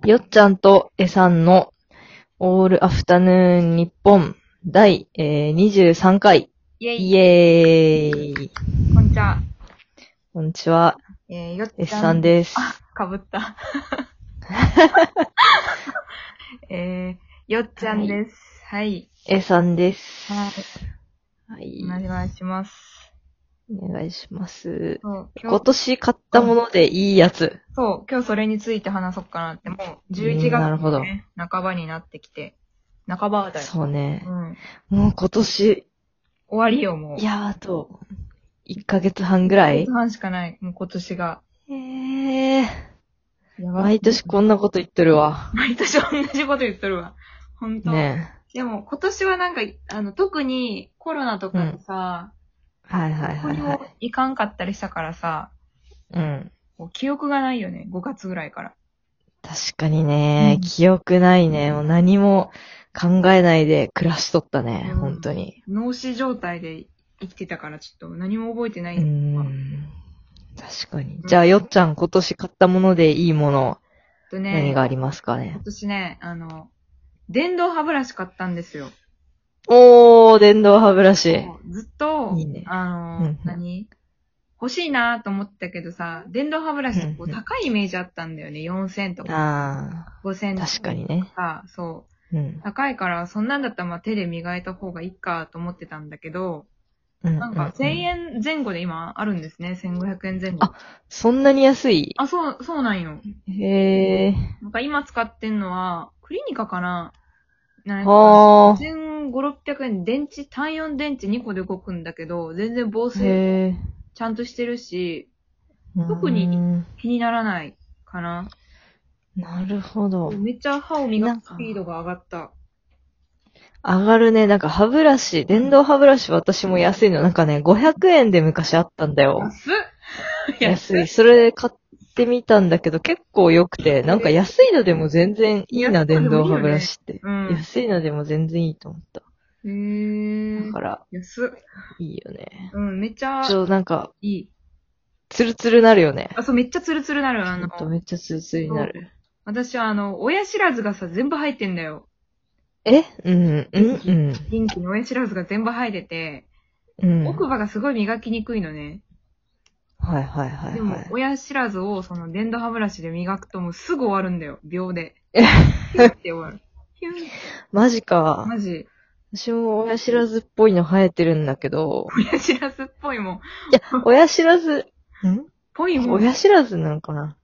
よっちゃんとえさんのオールアフタヌーン日本第、23回。 イェイ。 イエーイ。 こんにちは。 こんにちは。 よっえちゃん。 さんです。 かぶった。よっちゃんです。はい。 えさんです。 はい。 はい。 お願いします。 お願いします。 そう、 今年買ったものでいいやつ。 今日それについて話そうかなって、もう11月なるほど。 のね、半ばになってきて、半ばだよ。 そうね。 うん。 もう今年、 終わりよ、もう。 いやあと、1ヶ月半ぐら 1ヶい月半しかない、もう今年が。やば毎年こんなこと言ってるわ。 毎年同じこと言っとるわ。ほんと。 ねでも今年はなんか、特にコロナとかでさ、 はいはいはいはい。 行かんかったりしたからさ、 うん。 もう記憶がないよね、5月ぐらいから。 確かにね、 うん記憶ないね。もう何も考えないで暮らしとったね、 うん本当に。 脳死状態で生きてたからちょっと何も覚えてなうーい。 ん。確かに。 うんじゃあ、よっちゃん今年買ったものでいいもの、何ね、 がありますかね。 今年ね、電動歯ブラシ買ったんですよ。 おー、電動歯ブラシ。 ずっと、 いいね。うん欲しいなと思ってたけどさ、電動歯ブラシってこううん高いイメージあったんだよね。4000とかあ 5000 ー、確かにね。 とか、そう。 うん。 高いから、そんなんだったらまあ手で磨いた方がいいかと思ってたんだけど、なんか1000円前後で今あるんですね。1500円前後。 あ、そんなに安い？ あ、そうなんよ。 へー。 なんか今使ってんのは、クリニカかななんか、 は 1500、600円、単4電池2個で動くんだけど、全然防ー。 水へー。 ちゃんとしてるし、 うー特にん。 気にならないかな。 なるほど。 めっちゃ歯を磨なんか、 くスピードが上がった。 上がるね。なんか歯ブラシ、電動歯ブラシ私も安いの。なんかね、500円で昔あったんだよ。 安っ安い。それで買ってみたんだけど結構良くて、なんか安いのでも全然いいな、 安いので電動歯ブもいいよねラシって。 うん。 安いのでも全然いいと思った。だから、 安っ。 いいよね。 うん、めっちゃなんか、 いい。 ツルツルなるよね。 あ、そう、めっちゃツルツルなる。 ほんとめっちゃツルツルになる。 私は親知らずがさ、全部入ってんだよ。元気に親知らずが全部生えてて、奥歯がすごい磨きにくいのね。 はいはいはいでもはい、。 親知らずをその電動歯ブラシで磨くともうすぐ終わるんだよ。秒で。ヒュンって終わる。ヒュン。 マジか。 マジ。 私も親知らずっぽいの生えてるんだけど。 親知らずっぽいもん。 いや、親知らず、 ぽいもん。 親知らずなのかな。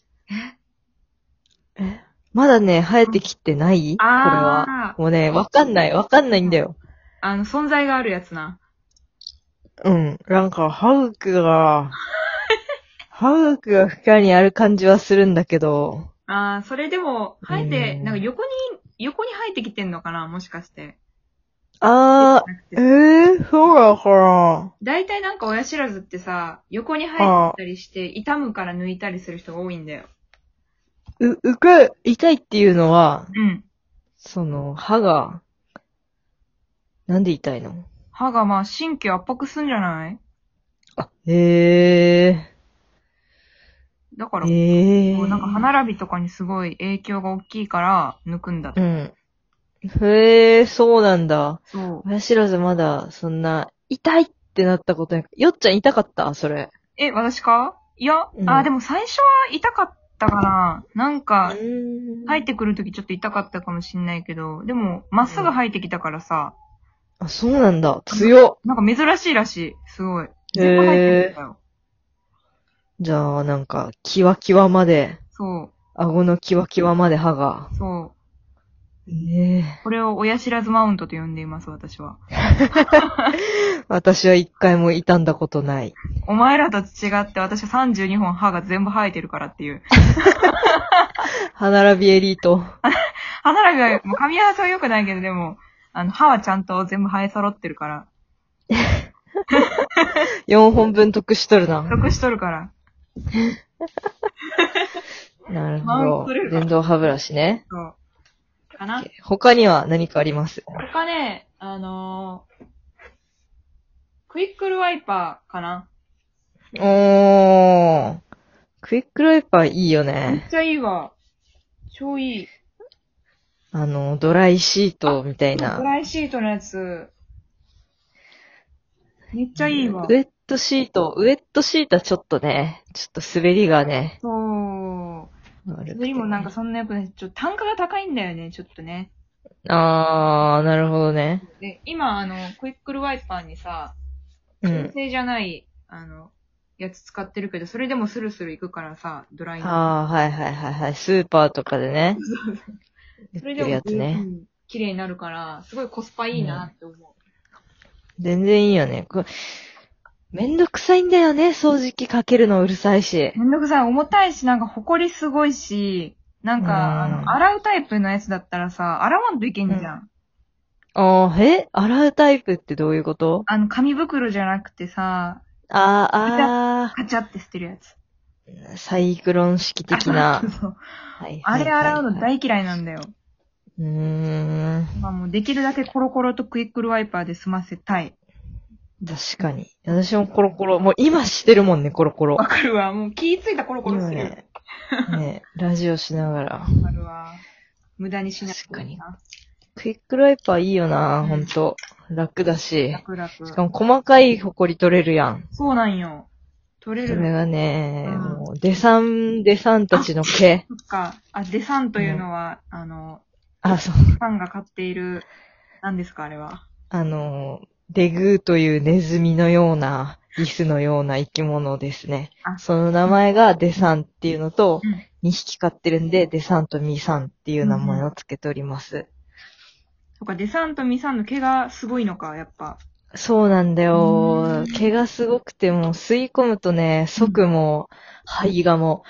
まだね、生えてきてないこれは。もうね、わかんないんだよ。 存在があるやつな。 うん。なんか、歯茎が負荷にある感じはするんだけど。 それでも、生えて、なんか横に生えてきてんのかなもしかして。 そうなのかな。 大体なんか親知らずってさ、横に生えてきたりして、痛むから抜いたりする人が多いんだよ。 痛いっていうのは、 うん。 歯が、なんで痛いの？ 歯がまあ神経圧迫すんじゃない？ へー。 だから、なんか歯へー。 並びとかにすごい影響が大きいから抜くんだって。 へー、そうなんだ。 そう。 親知らずまだ、そんな、痛いってなったことない。よっちゃん痛かったそれ。 私か？いや、でも最初は痛かったかな。なんか、生えてくるときちょっと痛かったかもしんないけど、でも、まっすぐ生えてきたからさ。 あ、そうなんだ。強っ。 なんか珍しいらしい。すごい。全部生えてきたよ。 じゃあ、なんか、キワキワまで。 そう。 顎のキワキワまで歯が。 そう。 えこれを親知らずマウントと呼んでいます、私は。 私は一回も傷んだことない。 お前らと違って私は32本歯が全部生えてるからっていう。 歯並びエリート。 歯並びは、もう噛み合わせは良くないけど、でも、歯はちゃんと全部生え揃ってるから。 4本分得しとるな。 得しとるから。 なるほど。電動歯ブラシね。 そう。かな。 他には何かあります？ 他ね、クイックルワイパーかな。 クイックルワイパーいいよね。 めっちゃいいわ。 超いい。 ドライシートみたいドな。 ライシートのやつ。めっちゃいいわ。 ウェットシートはちょっとね、ちょっと滑りがね、 そう。 悪くてね滑りもなんかそんなよくない。単価が高いんだよね、ちょっとね。 なるほどね。 で、今、クイックルワイパーにさ、 うん。 純正じゃない、やつ使ってるけど、それでもスルスルいくからさ、ドライの。 はいはいはいはい。スーパーとかでね。 それ売ってるやつね。 綺麗になるから、すごいコスパいいなって思う。 全然いいよね。めんどくさいんだよね、掃除機かけるのうるさいし。 めんどくさい、重たいし、なんか埃すごいし、なんか、洗うタイプのやつだったらさ、洗わんといけんじゃん。 洗うタイプってどういうこと？ 紙袋じゃなくてさ、カチャって捨てるやつ。 サイクロン式的な。 そう。 はいあれ洗うの大嫌いなんだよ。まあもうできるだけコロコロとクイックルワイパーで済ませたい。 確かに。私もコロコロ、もう今してるもんね、コロコロ。 わかるわ。もう気ぃついたコロコロする。 ね、ラジオしながら。 わかるわ。無駄にしない。 確かに。クイックルワイパーいいよな、ほんと。楽だし。 楽々。 しかも細かいホコリ取れるやん。 そうなんよ。取れる。 それがね、もう、デサンたちの毛。 そっか。デサンというのは、 そう。 ファンが飼っている、何ですか、あれは。 デグーというネズミのような、リスのような生き物ですね。その名前がデサンっていうのと、2匹飼ってるんで、デサンとミサンっていう名前をつけております。 そっか、デサンとミサンの毛がすごいのか、やっぱ。 そうなんだよ。毛がすごくて、もう吸い込むとね、即もう、肺がも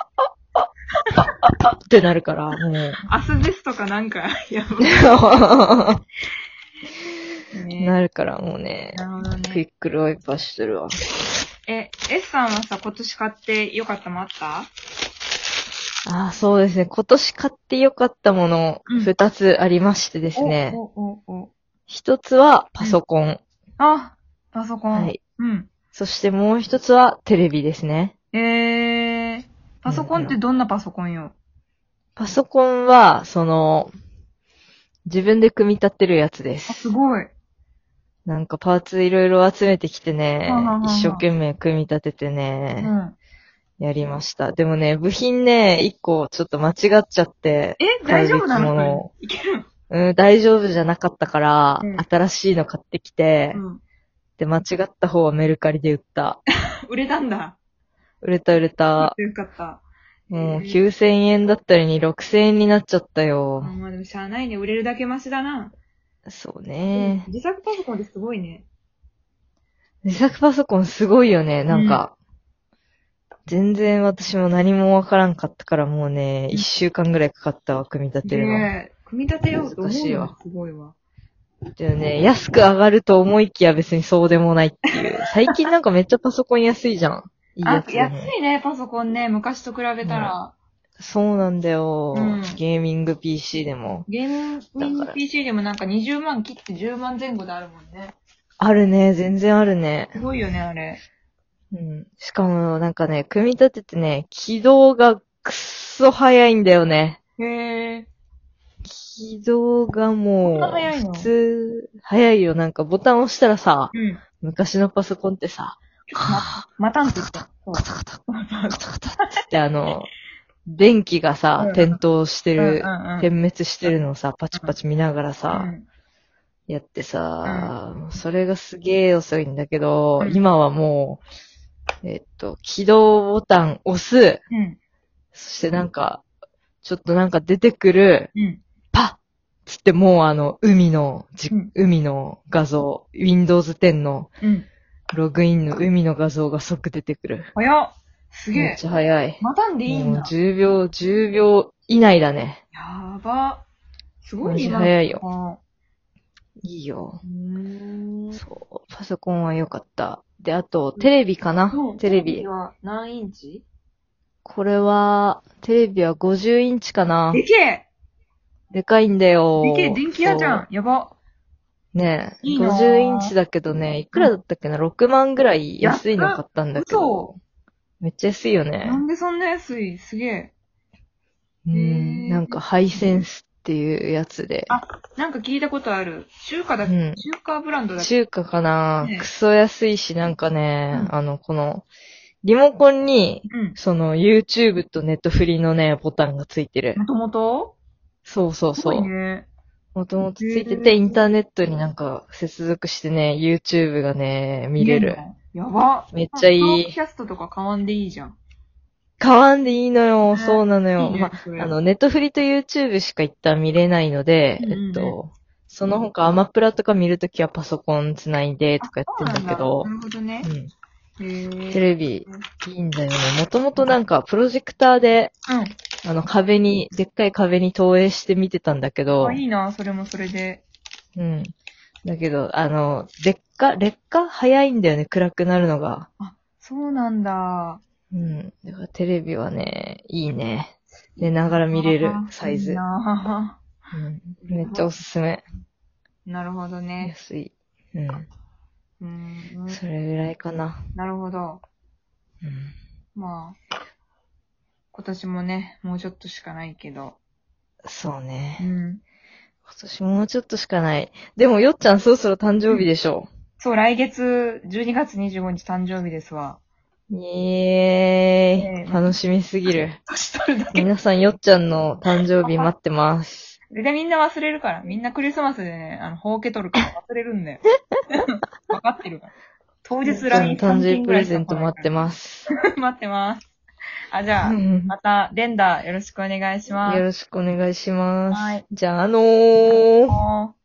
う、ってなるから、もう。 アスベストかなんか、やばい。 なるからもうね、 なるほどね。 クイックルワイパーしてるわ。 S さんはさ、今年買ってよかったもあった？ そうですね。今年買ってよかったもの、2つありましてですね。1つはパソコン。 パソコン。 はい。そしてもう1つはテレビですね。 パソコンってどんなパソコンよ？ パソコンは、自分で組み立てるやつです。 すごい。 なんかパーツいろいろ集めてきてね、一生懸命組み立ててね、やりました。でもね、部品ね、1個ちょっと間違っちゃって、 大丈夫なの？いける？ 大丈夫じゃなかったから、新しいの買ってきて、で、間違った方はメルカリで売った。 売れたんだ。 売れた。 よかった。 もう9000円だったのに6000円になっちゃったよ。 まあでもしゃあないね。売れるだけマシだな。 そうね。 自作パソコンってすごいね。 自作パソコンすごいよね。なんか、全然私も何もわからんかったからもうね、1週間ぐらいかかったわ、組み立てるの。 組み立てようと思うのがすごいわ。 でもね、安く上がると思いきや別にそうでもないっていう。最近なんかめっちゃパソコン安いじゃん。いいやつ。 安いね、パソコンね。昔と比べたら。 そうなんだよ。ゲーミング PC でも。 ゲーミング PC でもなんか20万切って10万前後であるもんね。 あるね、全然あるね。 すごいよね、あれ。 しかもなんかね、組み立ててね、起動がくっそ早いんだよね。起動がもう、普通、早いよ。なんかボタン押したらさ、昔のパソコンってさ、 またんって言った。 カタカタって電気がさ、点灯してる、点滅してるのをさ、パチパチ見ながらさ、やってさ、それがすげえ遅いんだけど、今はもう、起動ボタン押す、そしてなんか、ちょっとなんか出てくる、パッつってもう海の画像、Windows 10の、ログインの海の画像が即出てくる。 早っ。すげえ。 めっちゃ早い。 またんでいいんだ。 もう10秒以内だね。 やば。すごいね。 マジ早いよ。いいよ。そう。パソコンは良かった。で、あと、テレビかな？テレビは何インチ？ これは、テレビは50インチかな。 でけえ！ でかいんだよ。 でけえ、電気屋じゃん。やば。 ねえ、50インチだけどね、いくらだったっけな、6万ぐらい安いの買ったんだけど。めっちゃ安いよね。 なんでそんな安い？すげえ。 なんかハイセンスっていうやつで。 あ、なんか聞いたことある。中華だっけ、中華ブランドだっけ。 中華かな、クソ安いし、なんかね、この、リモコンに、その YouTube とネットフリのね、ボタンがついてる。 もともとそうそうそう。 ね、 もともとついてて、インターネットになんか接続してね、YouTube がね、見れる。 やば。 めっちゃいい。 キャストとか買わんでいいじゃん。 買わんでいいのよ。そうなのよ。まあ、ネットフリと YouTube しか一旦見れないので、その他アマプラとか見るときはパソコンつないでとかやってんだけど。 なるほどね。 テレビいいんだよね。もともとなんかプロジェクターで、壁に、でっかい壁に投影して見てたんだけど。 いいな、それもそれで。 だけど、劣化早いんだよね、暗くなるのが。 あ、そうなんだ。 だからテレビはね、いいね。寝ながら見れるサイズ。いいなめっちゃおすすめ。 なるほどね。 安い。それぐらいかな。 なるほど。まあ、今年もね、もうちょっとしかないけど。 そうね。今年もうちょっとしかない。でも、よっちゃんそろそろ誕生日でしょ。 そう、来月、12月25日誕生日ですわ。 イエーイ。楽しみすぎる。皆さん、よっちゃんの誕生日待ってます。 で、みんな忘れるから。みんなクリスマスでね、ほうけ取るから忘れるんだよ。わかってるから。当日 LINE 誕生日プレゼント待ってます。 待ってます。じゃあ、また、連打よろしくお願いします。 よろしくお願いします。はい。じゃあ、